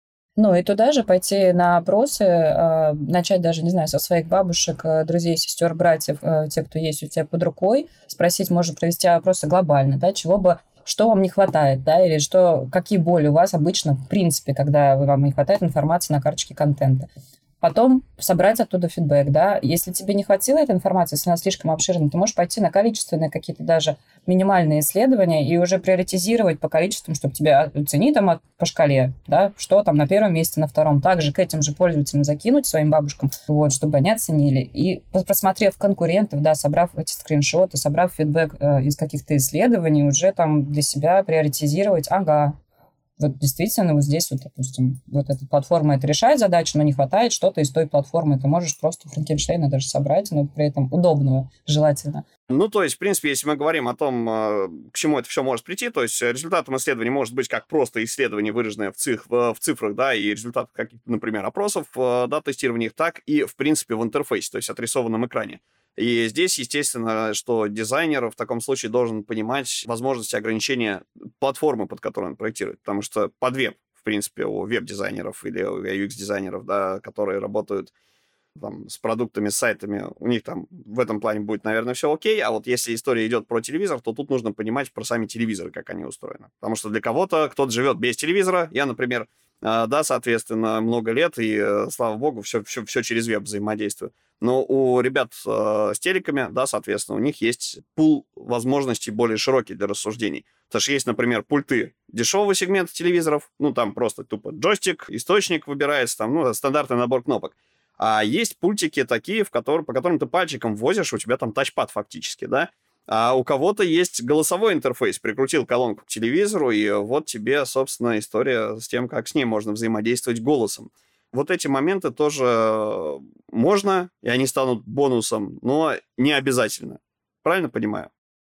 Ну и туда же пойти на опросы, начать даже, не знаю, со своих бабушек, друзей, сестер, братьев, те, кто есть у тебя под рукой, спросить, может провести опросы глобально, да, что вам не хватает, да, или какие боли у вас обычно, в принципе, когда вам не хватает информации на карточке контента. Потом собрать оттуда фидбэк, да. Если тебе не хватило этой информации, если она слишком обширна, ты можешь пойти на количественные какие-то даже минимальные исследования и уже приоритизировать по количествам, чтобы тебя оценить там по шкале, да, что там на первом месте, на втором. Также к этим же пользователям закинуть, своим бабушкам, вот, чтобы они оценили. И просмотрев конкурентов, да, собрав эти скриншоты, собрав фидбэк из каких-то исследований, уже там для себя приоритизировать, ага, вот действительно вот здесь вот, допустим, вот эта платформа это решает задачу, но не хватает что-то из той платформы. Ты можешь просто Франкенштейна даже собрать, но при этом удобного, желательно. Ну, то есть, в принципе, если мы говорим о том, к чему это все может прийти, то есть результатом исследования может быть как просто исследование, выраженное в цифрах, да, и результат каких-то, например, опросов, да, тестирования их, так и, в принципе, в интерфейсе, то есть отрисованном экране. И здесь, естественно, что дизайнер в таком случае должен понимать возможности ограничения платформы, под которой он проектирует. Потому что под веб, в принципе, у веб-дизайнеров или у UX-дизайнеров, да, которые работают там, с продуктами, с сайтами, у них там в этом плане будет, наверное, все окей. А вот если история идет про телевизор, то тут нужно понимать про сами телевизоры, как они устроены. Потому что для кого-то, кто-то живет без телевизора. Я, например, да, соответственно, много лет, и, слава богу, все через веб взаимодействую. Но у ребят с телеками, да, соответственно, у них есть пул возможностей более широкий для рассуждений. Потому что есть, например, пульты дешевого сегмента телевизоров, ну, там просто тупо джойстик, источник выбирается, там, ну, стандартный набор кнопок. А есть пультики такие, по которым ты пальчиком возишь, у тебя там тачпад фактически, да. А у кого-то есть голосовой интерфейс. Прикрутил колонку к телевизору, и вот тебе, собственно, история с тем, как с ней можно взаимодействовать голосом. Вот эти моменты тоже можно, и они станут бонусом, но не обязательно. Правильно понимаю?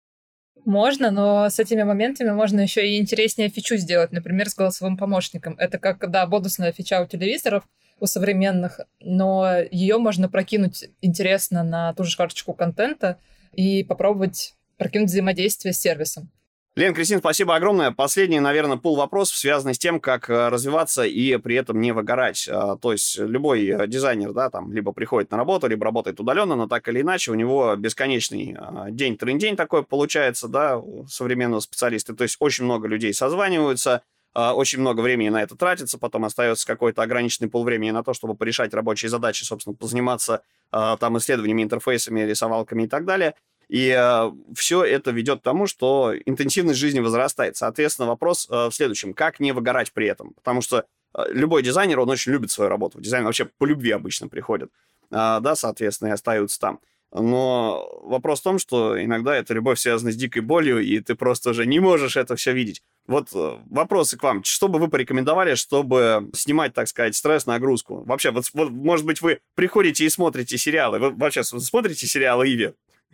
Можно, но с этими моментами можно еще и интереснее фичу сделать, например, с голосовым помощником. Это как, да, бонусная фича у телевизоров, у современных, но ее можно прокинуть интересно на ту же карточку контента и попробовать прокинуть взаимодействие с сервисом. Лен, Кристин, спасибо огромное. Последний, наверное, пул вопросов связан с тем, как развиваться и при этом не выгорать. То есть любой дизайнер, да, там, либо приходит на работу, либо работает удаленно, но так или иначе у него бесконечный день-трындень такой получается, да, у современного специалиста. То есть очень много людей созваниваются, очень много времени на это тратится, потом остается какой-то ограниченный пул времени на то, чтобы порешать рабочие задачи, собственно, позаниматься там исследованиями, интерфейсами, рисовалками и так далее. И все это ведет к тому, что интенсивность жизни возрастает. Соответственно, вопрос в следующем. Как не выгорать при этом? Потому что любой дизайнер, он очень любит свою работу. Дизайнер вообще по любви обычно приходит. Да, соответственно, и остаются там. Но вопрос в том, что иногда эта любовь связана с дикой болью, и ты просто уже не можешь это все видеть. Вот вопросы к вам. Что бы вы порекомендовали, чтобы снимать, так сказать, стресс, нагрузку? Вообще, вот может быть, вы приходите и смотрите сериалы. Вы вообще смотрите сериалы Иви?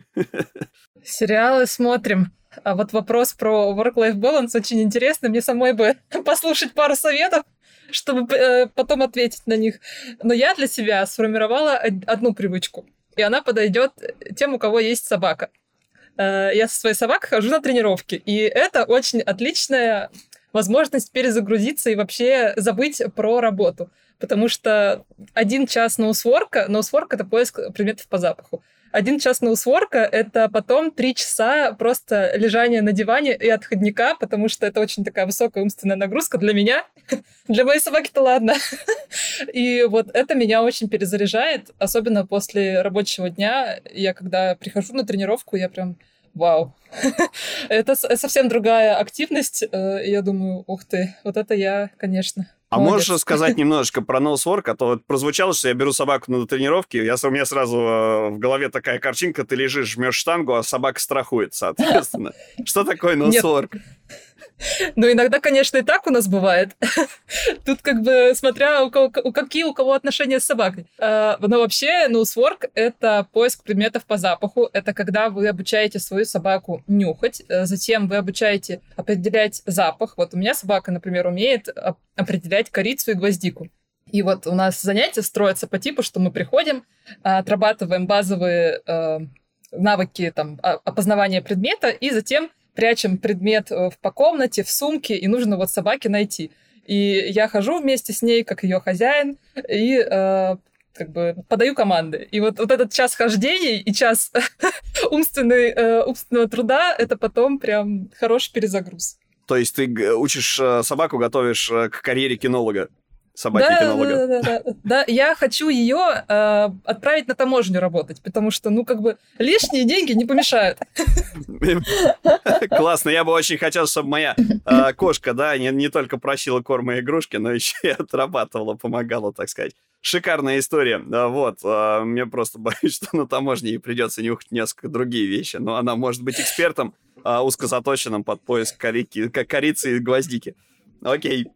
Сериалы смотрим. А вот вопрос про work-life balance очень интересный. Мне самой бы послушать пару советов, чтобы потом ответить на них. Но я для себя сформировала одну привычку. И она подойдет тем, у кого есть собака. я со своей собакой хожу на тренировки. И это очень отличная возможность перезагрузиться и вообще забыть про работу. Потому что 1 час ноусворка — это поиск предметов по запаху. 1 час ноусворка — это потом 3 часа просто лежания на диване и отходника, потому что это очень такая высокая умственная нагрузка для меня. Для моей собаки-то ладно. И вот это меня очень перезаряжает, особенно после рабочего дня. Я когда прихожу на тренировку, я прям вау. Это совсем другая активность. И я думаю, ух ты, вот это я, конечно. А молодец. можешь сказать немножечко про ноусворк? А то вот прозвучало, что я беру собаку на тренировке, у меня сразу в голове такая картинка, ты лежишь, жмешь штангу, а собака страхует, соответственно. Что такое ноусворк? Ну, иногда, конечно, и так у нас бывает. Тут как бы смотря какие у кого отношения с собакой. Но вообще, ноусворк — это поиск предметов по запаху. Это когда вы обучаете свою собаку нюхать, затем вы обучаете определять запах. Вот у меня собака, например, умеет определять корицу и гвоздику. И вот у нас занятия строятся по типу, что мы приходим, отрабатываем базовые навыки там, опознавания предмета, и затем прячем предмет по комнате, в сумке, и нужно вот собаке найти. И я хожу вместе с ней, как ее хозяин, и как бы подаю команды. И вот этот час хождений и час умственного труда — это потом прям хороший перезагруз. То есть ты учишь собаку, готовишь к карьере кинолога? Собаки-кинолога. Да, я хочу ее отправить на таможню работать, потому что, ну, как бы, лишние деньги не помешают. Классно, я бы очень хотел, чтобы моя кошка, да, не только просила корма и игрушки, но еще и отрабатывала, помогала, так сказать. Шикарная история. Вот, мне просто боюсь, что на таможне ей придется нюхать несколько другие вещи, но она может быть экспертом, узкозаточенным под поиск корицы и гвоздики. Окей.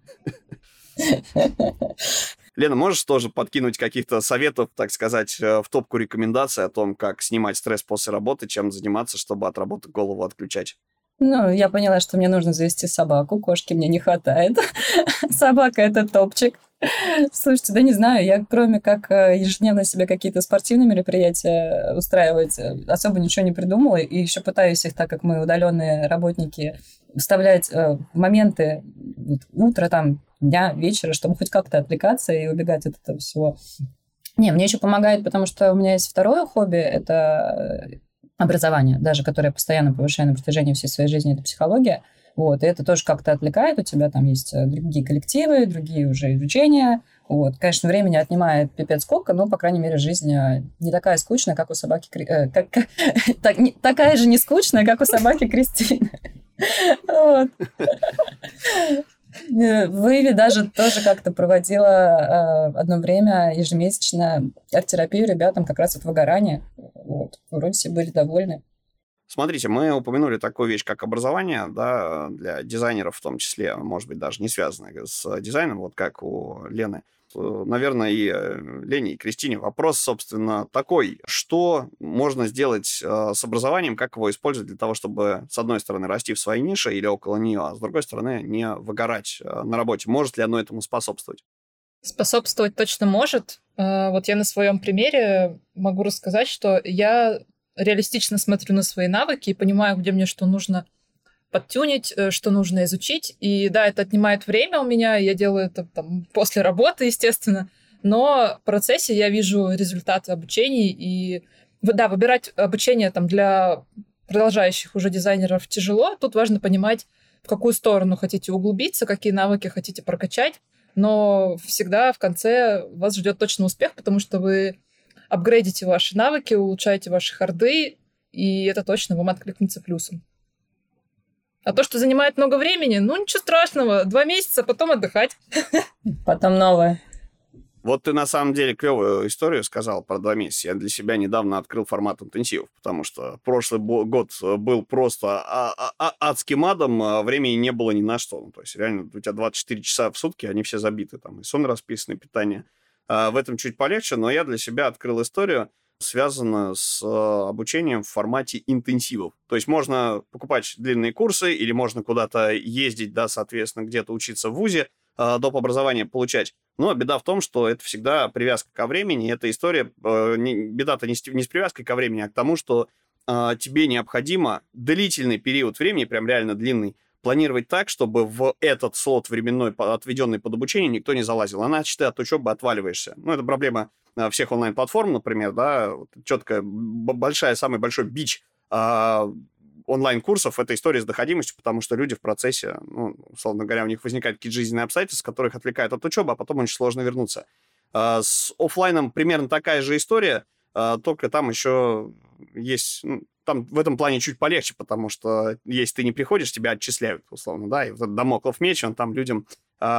Лена, можешь тоже подкинуть каких-то советов, так сказать, в топку рекомендаций о том, как снимать стресс после работы, чем заниматься, чтобы от работы голову отключать? Ну, я поняла, что мне нужно завести собаку, кошки мне не хватает. Собака – это топчик. Слушайте, да не знаю, я кроме как ежедневно себе какие-то спортивные мероприятия устраивать, особо ничего не придумала, и еще пытаюсь их, так как мы удаленные работники, вставлять в моменты утра, там, дня, вечера, чтобы хоть как-то отвлекаться и убегать от этого всего. Не, мне еще помогает, потому что у меня есть второе хобби, это образование, даже которое я постоянно повышаю на протяжении всей своей жизни, это психология. Вот, и это тоже как-то отвлекает, у тебя там есть другие коллективы, другие уже изучения. Вот, конечно, времени отнимает пипец сколько, но, по крайней мере, жизнь не такая скучная, как у собаки... Такая же не скучная, как у собаки Кристины. Вот. В Иве даже тоже как-то проводила одно время ежемесячно арт-терапию ребятам как раз от выгорания. Вот. Вроде все были довольны. Смотрите, мы упомянули такую вещь, как образование, да, для дизайнеров в том числе, может быть, даже не связанное с дизайном, вот как у Лены. Наверное, и Лене, и Кристине вопрос, собственно, такой. Что можно сделать с образованием, как его использовать для того, чтобы, с одной стороны, расти в своей нише или около нее, а с другой стороны, не выгорать на работе? Может ли оно этому способствовать? Способствовать точно может. Вот я на своем примере могу рассказать, что я реалистично смотрю на свои навыки и понимаю, где мне что нужно подтюнить, что нужно изучить. И да, это отнимает время у меня, я делаю это там, после работы, естественно, но в процессе я вижу результаты обучений. И да, выбирать обучение там, для продолжающих уже дизайнеров тяжело. Тут важно понимать, в какую сторону хотите углубиться, какие навыки хотите прокачать. Но всегда в конце вас ждет точно успех, потому что вы апгрейдите ваши навыки, улучшаете ваши харды, и это точно вам откликнется плюсом. А то, что занимает много времени, ну ничего страшного, 2 месяца, потом отдыхать. Потом новое. Вот ты на самом деле клевую историю сказал про 2 месяца. Я для себя недавно открыл формат интенсивов, потому что прошлый год был просто адским адом, времени не было ни на что. Ну, то есть реально у тебя 24 часа в сутки, они все забиты, там и сон расписан, и питание. В этом чуть полегче, но я для себя открыл историю, связанную с обучением в формате интенсивов. То есть можно покупать длинные курсы или можно куда-то ездить, да, соответственно, где-то учиться в вузе, доп. Образование получать. Но беда в том, что это всегда привязка ко времени. Эта история, беда-то не с привязкой ко времени, а к тому, что тебе необходимо длительный период времени, прям реально длинный, планировать так, чтобы в этот слот временной, отведенный под обучение, никто не залазил. Иначе ты от учебы отваливаешься. Ну, это проблема всех онлайн-платформ, например, да, четко, самый большой бич онлайн-курсов — это история с доходимостью, потому что люди в процессе, ну, условно говоря, у них возникают какие-то жизненные обстоятельства, которые их отвлекают от учебы, а потом очень сложно вернуться. С офлайном примерно такая же история, только там еще есть... Ну, там в этом плане чуть полегче, потому что если ты не приходишь, тебя отчисляют, условно, да, и вот этот дамоклов меч, он там людям,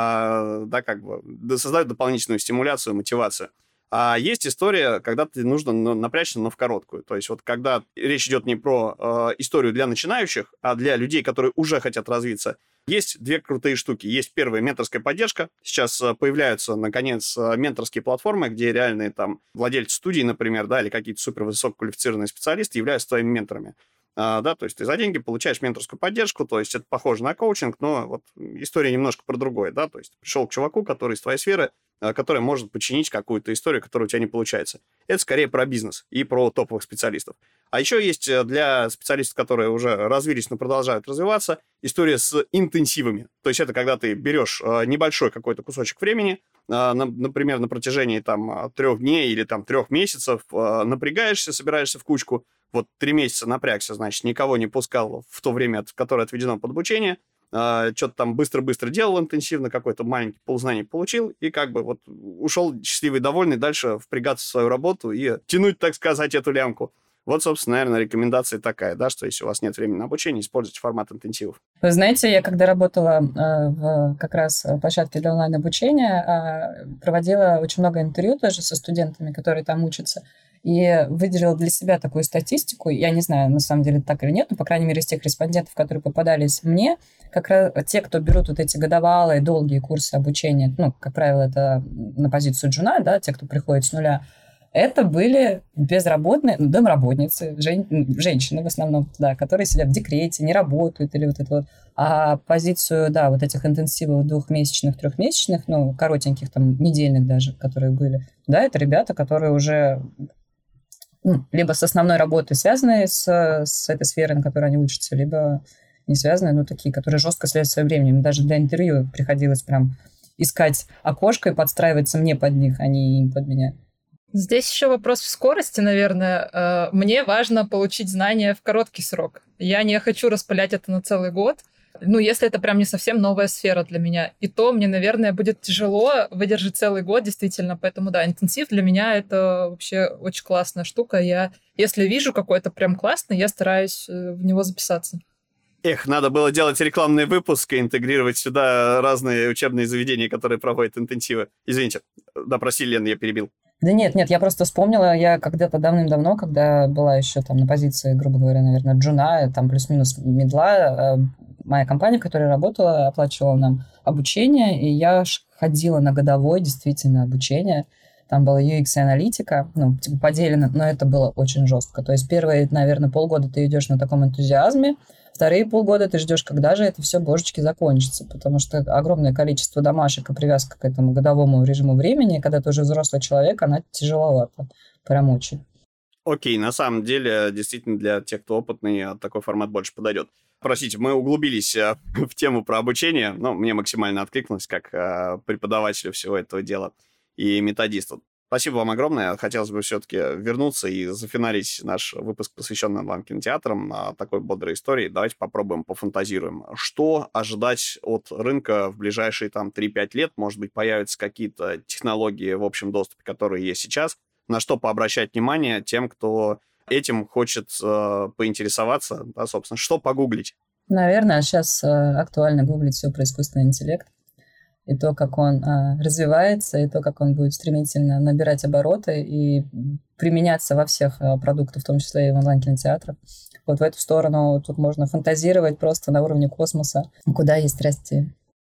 да, как бы создает дополнительную стимуляцию, мотивацию. А есть история, когда ты нужно напрячься, но в короткую. То есть вот когда речь идет не про историю для начинающих, а для людей, которые уже хотят развиться, есть две крутые штуки. Есть первая — менторская поддержка. Сейчас появляются, наконец, менторские платформы, где реальные там владельцы студий, например, да, или какие-то супервысококвалифицированные специалисты являются твоими менторами. Да, то есть ты за деньги получаешь менторскую поддержку, то есть это похоже на коучинг, но вот история немножко про другое, да, то есть ты пришел к чуваку, который из твоей сферы, который может починить какую-то историю, которая у тебя не получается. Это скорее про бизнес и про топовых специалистов. А еще есть для специалистов, которые уже развились, но продолжают развиваться, история с интенсивами. То есть это когда ты берешь небольшой какой-то кусочек времени, например, на протяжении там 3 дней или там 3 месяцев, напрягаешься, собираешься в кучку, вот 3 месяца напрягся, значит, никого не пускал в то время, которое отведено под обучение, что-то там быстро-быстро делал интенсивно, какой-то маленький ползнаний получил, и как бы вот ушел счастливый, довольный дальше впрягаться в свою работу и тянуть, так сказать, эту лямку. Вот, собственно, наверное, рекомендация такая, да, что если у вас нет времени на обучение, используйте формат интенсивов. Вы знаете, я когда работала в как раз площадке для онлайн-обучения, проводила очень много интервью тоже со студентами, которые там учатся, и выделила для себя такую статистику. Я не знаю, на самом деле, так или нет, но, по крайней мере, из тех респондентов, которые попадались мне, как раз те, кто берут вот эти годовалые, долгие курсы обучения, ну, как правило, это на позицию джуна, да, те, кто приходит с нуля, это были безработные, домработницы, женщины в основном, да, которые сидят в декрете, не работают или вот это вот. А позицию, да, вот этих интенсивов 2-месячных, 3-месячных, ну, коротеньких, там, недельных даже, которые были, да, это ребята, которые уже либо с основной работой связанные с этой сферой, на которой они учатся, либо не связанные, но такие, которые жестко следуют своим временем. Даже для интервью приходилось прям искать окошко и подстраиваться мне под них, а не им под меня. Здесь еще вопрос в скорости, наверное. Мне важно получить знания в короткий срок. Я не хочу распылять это на целый год. Ну, если это прям не совсем новая сфера для меня. И то мне, наверное, будет тяжело выдержать целый год, действительно. Поэтому, да, интенсив для меня это вообще очень классная штука. Я, если вижу какой-то прям классный, я стараюсь в него записаться. Эх, надо было делать рекламный выпуск и интегрировать сюда разные учебные заведения, которые проводят интенсивы. Извините, да, прости, Лен, я перебил. Да нет, я просто вспомнила, я когда-то давным-давно, когда была еще там на позиции, грубо говоря, наверное, джуна, там плюс-минус медла, моя компания, в которой я работала, оплачивала нам обучение, и я ходила на годовое действительно обучение. Там была UX и аналитика, ну, типа поделено, но это было очень жестко. То есть первые, наверное, полгода ты идешь на таком энтузиазме, вторые полгода ты ждешь, когда же это все, божечки, закончится, потому что огромное количество домашек и привязка к этому годовому режиму времени, когда ты уже взрослый человек, она тяжеловата, прям очень. Окей, на самом деле, действительно, для тех, кто опытный, такой формат больше подойдет. Простите, мы углубились в тему про обучение, но мне максимально откликнулось как преподавателю всего этого дела и методисту. Спасибо вам огромное. Хотелось бы все-таки вернуться и зафиналить наш выпуск, посвященный онлайн-кинотеатрам, такой бодрой истории. Давайте попробуем, пофантазируем. Что ожидать от рынка в ближайшие там 3-5 лет? Может быть, появятся какие-то технологии в общем доступе, которые есть сейчас? На что пообращать внимание тем, кто этим хочет поинтересоваться? Да, собственно, что погуглить? Наверное, сейчас актуально гуглить все про искусственный интеллект. И то, как он развивается, и то, как он будет стремительно набирать обороты и применяться во всех продуктах, в том числе и в онлайн-кинотеатрах. Вот в эту сторону тут можно фантазировать просто на уровне космоса, куда есть расти.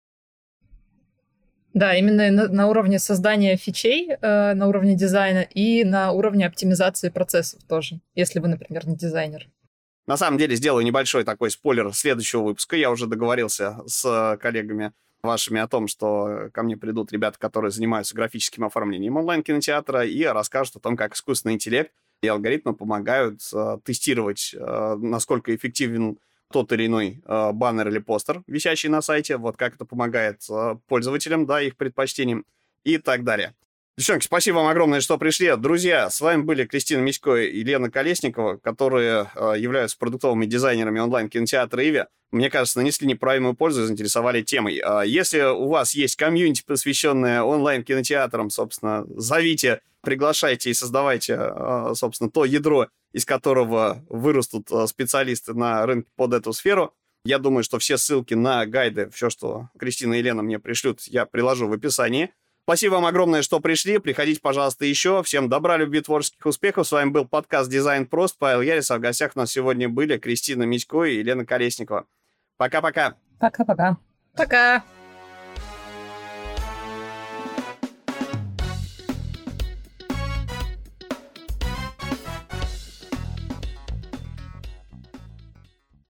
Да, именно на уровне создания фичей, на уровне дизайна и на уровне оптимизации процессов тоже, если вы, например, не дизайнер. На самом деле, сделаю небольшой такой спойлер следующего выпуска. Я уже договорился с коллегами вашими о том, что ко мне придут ребята, которые занимаются графическим оформлением онлайн-кинотеатра и расскажут о том, как искусственный интеллект и алгоритмы помогают тестировать, насколько эффективен тот или иной баннер или постер, висящий на сайте, вот как это помогает пользователям, да, их предпочтениям и так далее. Девчонки, спасибо вам огромное, что пришли. Друзья, с вами были Кристина Митько и Лена Колесникова, которые являются продуктовыми дизайнерами онлайн-кинотеатра «Иви». Мне кажется, нанесли неправильную пользу и заинтересовали темой. Если у вас есть комьюнити, посвященное онлайн-кинотеатрам, собственно, зовите, приглашайте и создавайте, собственно, то ядро, из которого вырастут специалисты на рынке под эту сферу. Я думаю, что все ссылки на гайды, все, что Кристина и Лена мне пришлют, я приложу в описании. Спасибо вам огромное, что пришли. Приходите, пожалуйста, еще. Всем добра, любви, творческих успехов. С вами был подкаст «Дизайн прост». Павел Ярис. А в гостях у нас сегодня были Кристина Митько и Лена Колесникова. Пока-пока. Пока-пока. Пока.